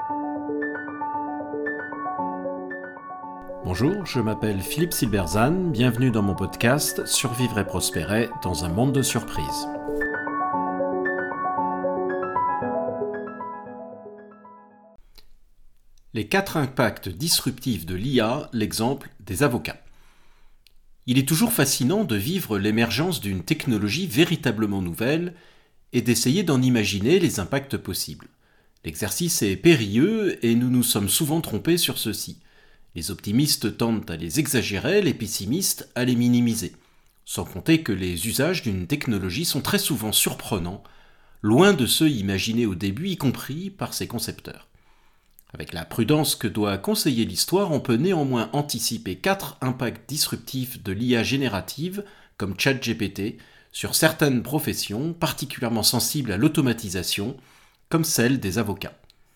Bonjour, je m'appelle Philippe Silberzan, bienvenue dans mon podcast Survivre et prospérer dans un monde de surprises. Les 4 impacts disruptifs de l'IA, l'exemple des avocats. Il est toujours fascinant de vivre l'émergence d'une technologie véritablement nouvelle et d'essayer d'en imaginer les impacts possibles. L'exercice est périlleux et nous nous sommes souvent trompés sur ceci. Les optimistes tendent à les exagérer, les pessimistes à les minimiser. Sans compter que les usages d'une technologie sont très souvent surprenants, loin de ceux imaginés au début, y compris par ses concepteurs. Avec la prudence que doit conseiller l'histoire, on peut néanmoins anticiper 4 impacts disruptifs de l'IA générative, comme ChatGPT, sur certaines professions particulièrement sensibles à l'automatisation, comme celle des avocats.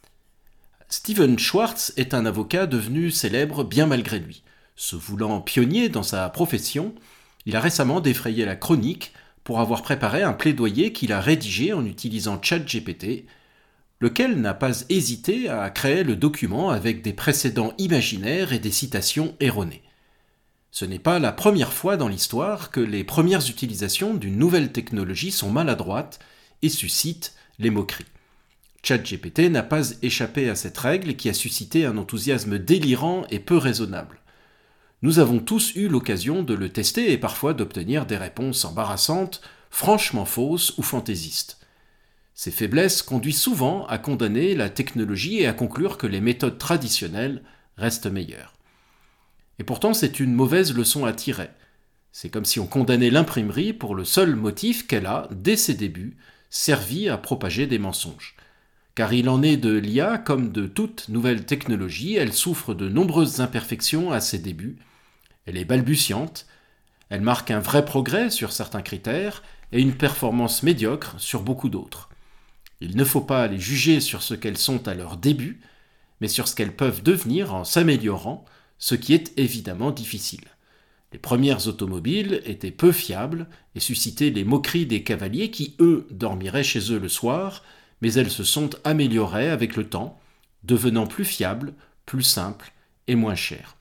Steven Schwartz est un avocat devenu célèbre bien malgré lui. Se voulant pionnier dans sa profession, il a récemment défrayé la chronique pour avoir préparé un plaidoyer qu'il a rédigé en utilisant ChatGPT, lequel n'a pas hésité à créer le document avec des précédents imaginaires et des citations erronées. Ce n'est pas la première fois dans l'histoire que les premières utilisations d'une nouvelle technologie sont maladroites et suscitent les moqueries. ChatGPT n'a pas échappé à cette règle qui a suscité un enthousiasme délirant et peu raisonnable. Nous avons tous eu l'occasion de le tester et parfois d'obtenir des réponses embarrassantes, franchement fausses ou fantaisistes. Ces faiblesses conduisent souvent à condamner la technologie et à conclure que les méthodes traditionnelles restent meilleures. Et pourtant, c'est une mauvaise leçon à tirer. C'est comme si on condamnait l'imprimerie pour le seul motif qu'elle a, dès ses débuts, servi à propager des mensonges. Car il en est de l'IA comme de toute nouvelle technologie, elle souffre de nombreuses imperfections à ses débuts, elle est balbutiante, elle marque un vrai progrès sur certains critères et une performance médiocre sur beaucoup d'autres. Il ne faut pas les juger sur ce qu'elles sont à leur début, mais sur ce qu'elles peuvent devenir en s'améliorant, ce qui est évidemment difficile. Les premières automobiles étaient peu fiables et suscitaient les moqueries des cavaliers qui, eux, dormiraient chez eux le soir, mais elles se sont améliorées avec le temps, devenant plus fiables, plus simples et moins chères.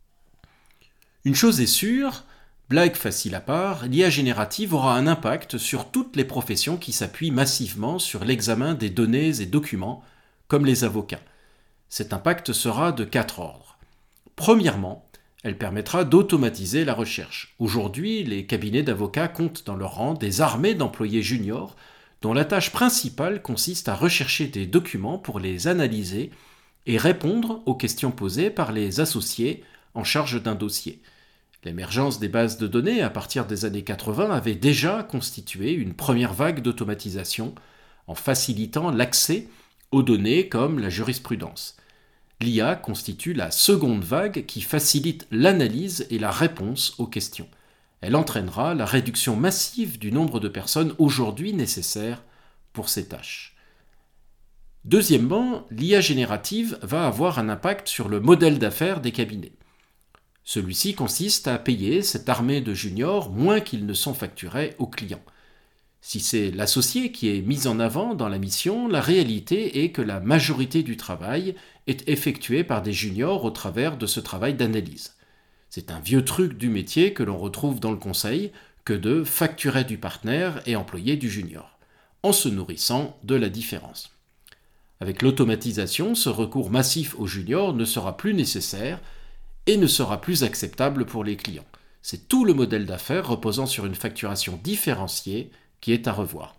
Une chose est sûre, blague facile à part, l'IA générative aura un impact sur toutes les professions qui s'appuient massivement sur l'examen des données et documents, comme les avocats. Cet impact sera de 4 ordres. Premièrement, elle permettra d'automatiser la recherche. Aujourd'hui, les cabinets d'avocats comptent dans leur rang des armées d'employés juniors dont la tâche principale consiste à rechercher des documents pour les analyser et répondre aux questions posées par les associés en charge d'un dossier. L'émergence des bases de données à partir des années 80 avait déjà constitué une première vague d'automatisation en facilitant l'accès aux données comme la jurisprudence. L'IA constitue la seconde vague qui facilite l'analyse et la réponse aux questions. Elle entraînera la réduction massive du nombre de personnes aujourd'hui nécessaires pour ces tâches. Deuxièmement, l'IA générative va avoir un impact sur le modèle d'affaires des cabinets. Celui-ci consiste à payer cette armée de juniors moins qu'ils ne sont facturés aux clients. Si c'est l'associé qui est mis en avant dans la mission, la réalité est que la majorité du travail est effectuée par des juniors au travers de ce travail d'analyse. C'est un vieux truc du métier que l'on retrouve dans le conseil que de facturer du partenaire et employer du junior, en se nourrissant de la différence. Avec l'automatisation, ce recours massif aux juniors ne sera plus nécessaire et ne sera plus acceptable pour les clients. C'est tout le modèle d'affaires reposant sur une facturation différenciée qui est à revoir.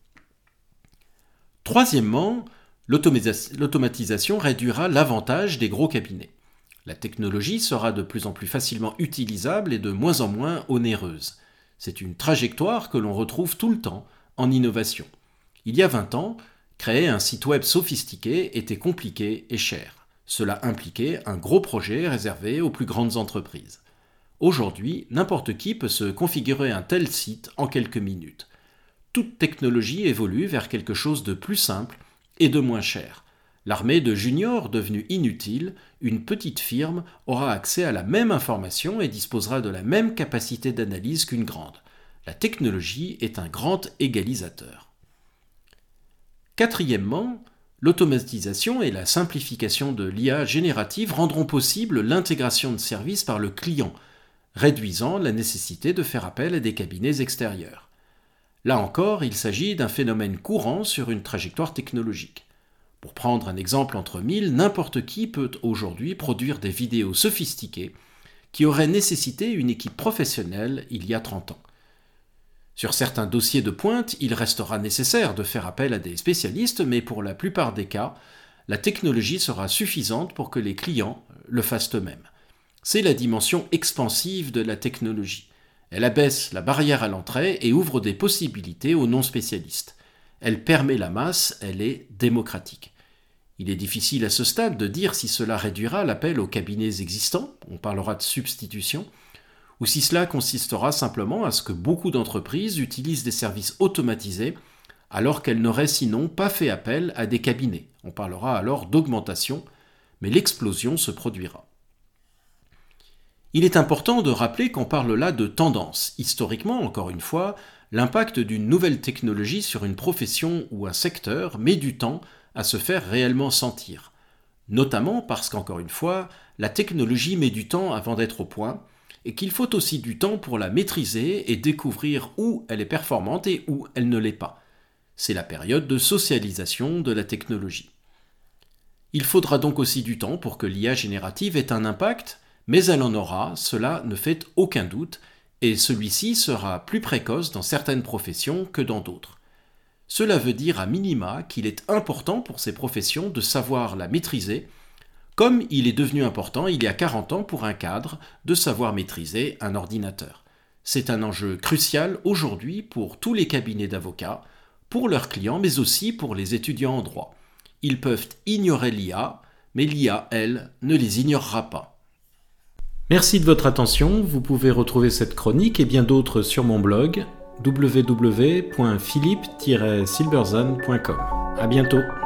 Troisièmement, l'automatisation réduira l'avantage des gros cabinets. La technologie sera de plus en plus facilement utilisable et de moins en moins onéreuse. C'est une trajectoire que l'on retrouve tout le temps en innovation. Il y a 20 ans, créer un site web sophistiqué était compliqué et cher. Cela impliquait un gros projet réservé aux plus grandes entreprises. Aujourd'hui, n'importe qui peut se configurer un tel site en quelques minutes. Toute technologie évolue vers quelque chose de plus simple et de moins cher. L'armée de juniors devenue inutile, une petite firme aura accès à la même information et disposera de la même capacité d'analyse qu'une grande. La technologie est un grand égalisateur. Quatrièmement, L'automatisation et la simplification de l'IA générative rendront possible l'intégration de services par le client, réduisant la nécessité de faire appel à des cabinets extérieurs. Là encore, il s'agit d'un phénomène courant sur une trajectoire technologique. Pour prendre un exemple entre mille, n'importe qui peut aujourd'hui produire des vidéos sophistiquées qui auraient nécessité une équipe professionnelle il y a 30 ans. Sur certains dossiers de pointe, il restera nécessaire de faire appel à des spécialistes, mais pour la plupart des cas, la technologie sera suffisante pour que les clients le fassent eux-mêmes. C'est la dimension expansive de la technologie. Elle abaisse la barrière à l'entrée et ouvre des possibilités aux non-spécialistes. Elle permet la masse, elle est démocratique. Il est difficile à ce stade de dire si cela réduira l'appel aux cabinets existants, on parlera de substitution, ou si cela consistera simplement à ce que beaucoup d'entreprises utilisent des services automatisés alors qu'elles n'auraient sinon pas fait appel à des cabinets. On parlera alors d'augmentation, mais l'explosion se produira. Il est important de rappeler qu'on parle là de tendance. Historiquement, encore une fois, l'impact d'une nouvelle technologie sur une profession ou un secteur met du temps à se faire réellement sentir. Notamment parce qu'encore une fois, la technologie met du temps avant d'être au point, et qu'il faut aussi du temps pour la maîtriser et découvrir où elle est performante et où elle ne l'est pas. C'est la période de socialisation de la technologie. Il faudra donc aussi du temps pour que l'IA générative ait un impact, mais elle en aura, cela ne fait aucun doute, et celui-ci sera plus précoce dans certaines professions que dans d'autres. Cela veut dire à minima qu'il est important pour ces professions de savoir la maîtriser, comme il est devenu important il y a 40 ans pour un cadre de savoir maîtriser un ordinateur. C'est un enjeu crucial aujourd'hui pour tous les cabinets d'avocats, pour leurs clients, mais aussi pour les étudiants en droit. Ils peuvent ignorer l'IA, mais l'IA, elle, ne les ignorera pas. Merci de votre attention, vous pouvez retrouver cette chronique et bien d'autres sur mon blog www.philippe-silberzan.com. À bientôt.